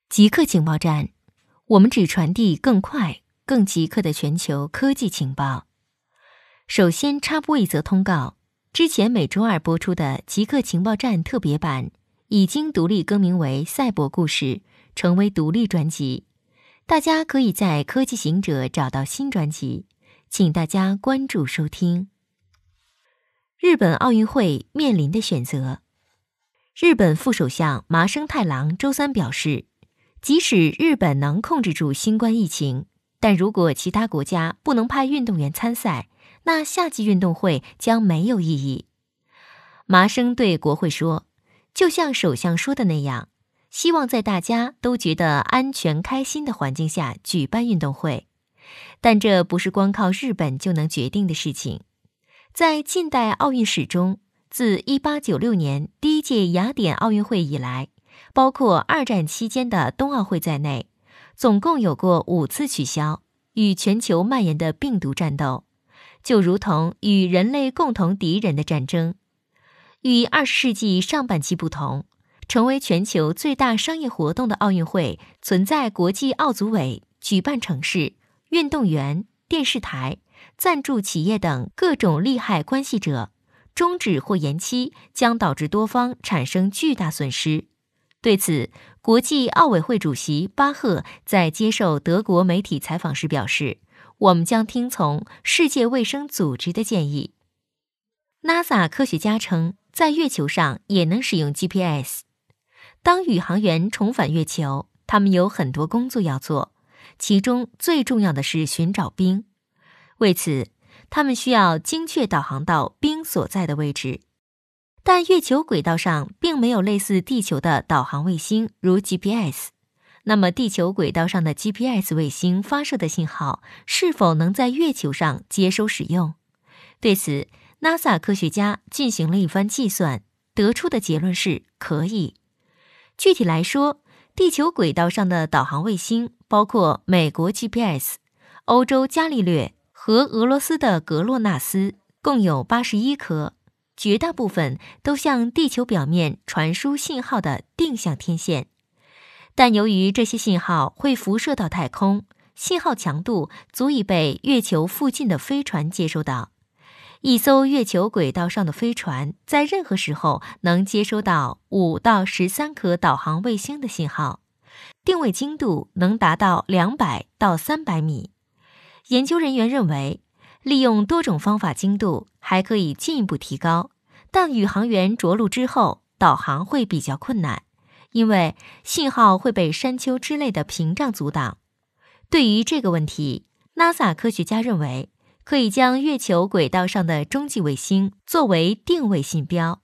极客情报站，我们只传递更快、更极客的全球科技情报。首先插播一则通告：之前每周二播出的极客情报站特别版已经独立更名为《赛博故事》，成为独立专辑。大家可以在科技行者找到新专辑，请大家关注收听。日本奥运会面临的选择。日本副首相麻生太郎周三表示，即使日本能控制住新冠疫情，但如果其他国家不能派运动员参赛，那夏季运动会将没有意义。麻生对国会说，就像首相说的那样，希望在大家都觉得安全开心的环境下举办运动会，但这不是光靠日本就能决定的事情。在近代奥运史中，自1896年第一届雅典奥运会以来，包括二战期间的冬奥会在内，总共有过5次取消，与全球蔓延的病毒战斗，就如同与人类共同敌人的战争。与20世纪上半期不同，成为全球最大商业活动的奥运会存在国际奥组委、举办城市、运动员、电视台、赞助企业等各种利害关系者，终止或延期将导致多方产生巨大损失。对此，国际奥委会主席巴赫在接受德国媒体采访时表示，我们将听从世界卫生组织的建议。NASA 科学家称，在月球上也能使用 GPS。当宇航员重返月球，他们有很多工作要做，其中最重要的是寻找冰。为此，他们需要精确导航到冰所在的位置。但月球轨道上并没有类似地球的导航卫星，如 GPS。那么地球轨道上的 GPS 卫星发射的信号是否能在月球上接收使用？对此， NASA 科学家进行了一番计算，得出的结论是可以。具体来说，地球轨道上的导航卫星包括美国 GPS、欧洲伽利略和俄罗斯的格洛纳斯，共有81颗，绝大部分都向地球表面传输信号的定向天线。但由于这些信号会辐射到太空，信号强度足以被月球附近的飞船接收到。一艘月球轨道上的飞船在任何时候能接收到5到13颗导航卫星的信号，定位精度能达到200到300米。研究人员认为，利用多种方法精度还可以进一步提高，但宇航员着陆之后，导航会比较困难，因为信号会被山丘之类的屏障阻挡。对于这个问题， NASA 科学家认为，可以将月球轨道上的中继卫星作为定位信标。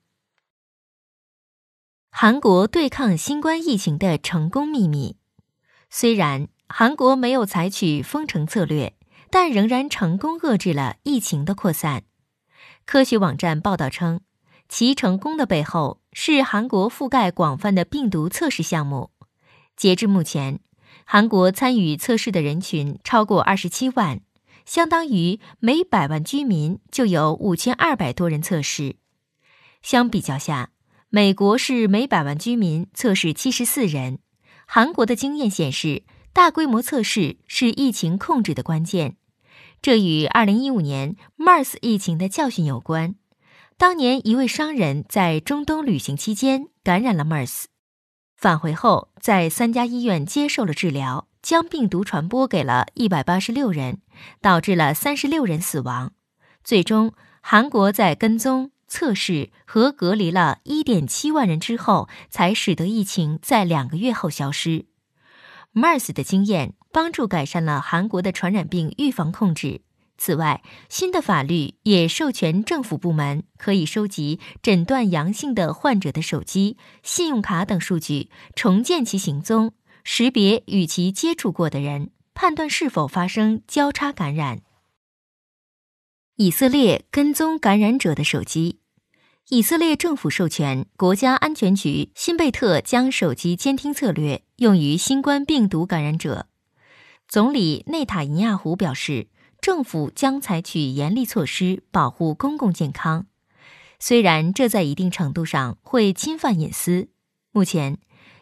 韩国对抗新冠疫情的成功秘密。虽然韩国没有采取封城策略，但仍然成功遏制了疫情的扩散。科学网站报道称，其成功的背后是韩国覆盖广泛的病毒测试项目。截至目前，韩国参与测试的人群超过27万，相当于每100万居民就有5200多人测试。相比较下，美国是每100万居民测试74人。韩国的经验显示，大规模测试是疫情控制的关键。这与2015年 MERS 疫情的教训有关。当年一位商人在中东旅行期间感染了 MERS， 返回后在3家医院接受了治疗，将病毒传播给了186人，导致了36人死亡。最终，韩国在跟踪、测试和隔离了 1.7 万人之后，才使得疫情在2个月后消失。MERS 的经验帮助改善了韩国的传染病预防控制。此外，新的法律也授权政府部门可以收集诊断阳性的患者的手机、信用卡等数据，重建其行踪，识别与其接触过的人，判断是否发生交叉感染。以色列跟踪感染者的手机。以色列政府授权国家安全局辛贝特将手机监听策略用于新冠病毒感染者。总理内塔尼亚胡表示，政府将采取严厉措施保护公共健康。虽然这在一定程度上会侵犯隐私，目前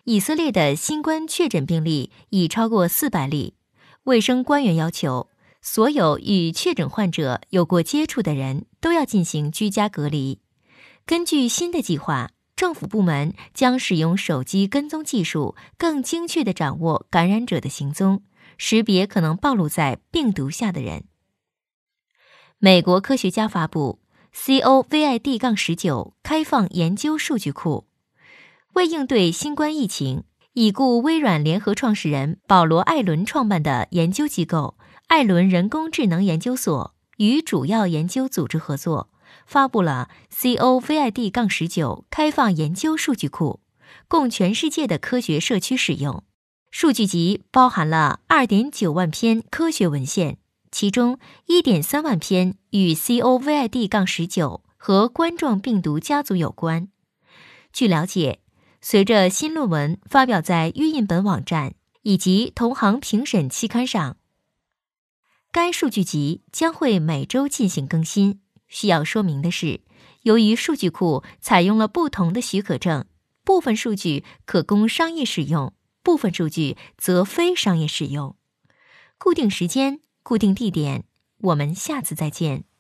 以色列的新冠确诊病例已超过400例。卫生官员要求，所有与确诊患者有过接触的人都要进行居家隔离。根据新的计划，政府部门将使用手机跟踪技术，更精确地掌握感染者的行踪，识别可能暴露在病毒下的人。美国科学家发布 COVID-19 开放研究数据库。为应对新冠疫情，已故微软联合创始人保罗·艾伦创办的研究机构艾伦人工智能研究所与主要研究组织合作，发布了 COVID-19 开放研究数据库，供全世界的科学社区使用。数据集包含了 2.9 万篇科学文献，其中 1.3 万篇与 COVID-19 和冠状病毒家族有关。据了解，随着新论文发表在预印本网站以及同行评审期刊上，该数据集将会每周进行更新。需要说明的是，由于数据库采用了不同的许可证，部分数据可供商业使用，部分数据则非商业使用。固定时间，固定地点，我们下次再见。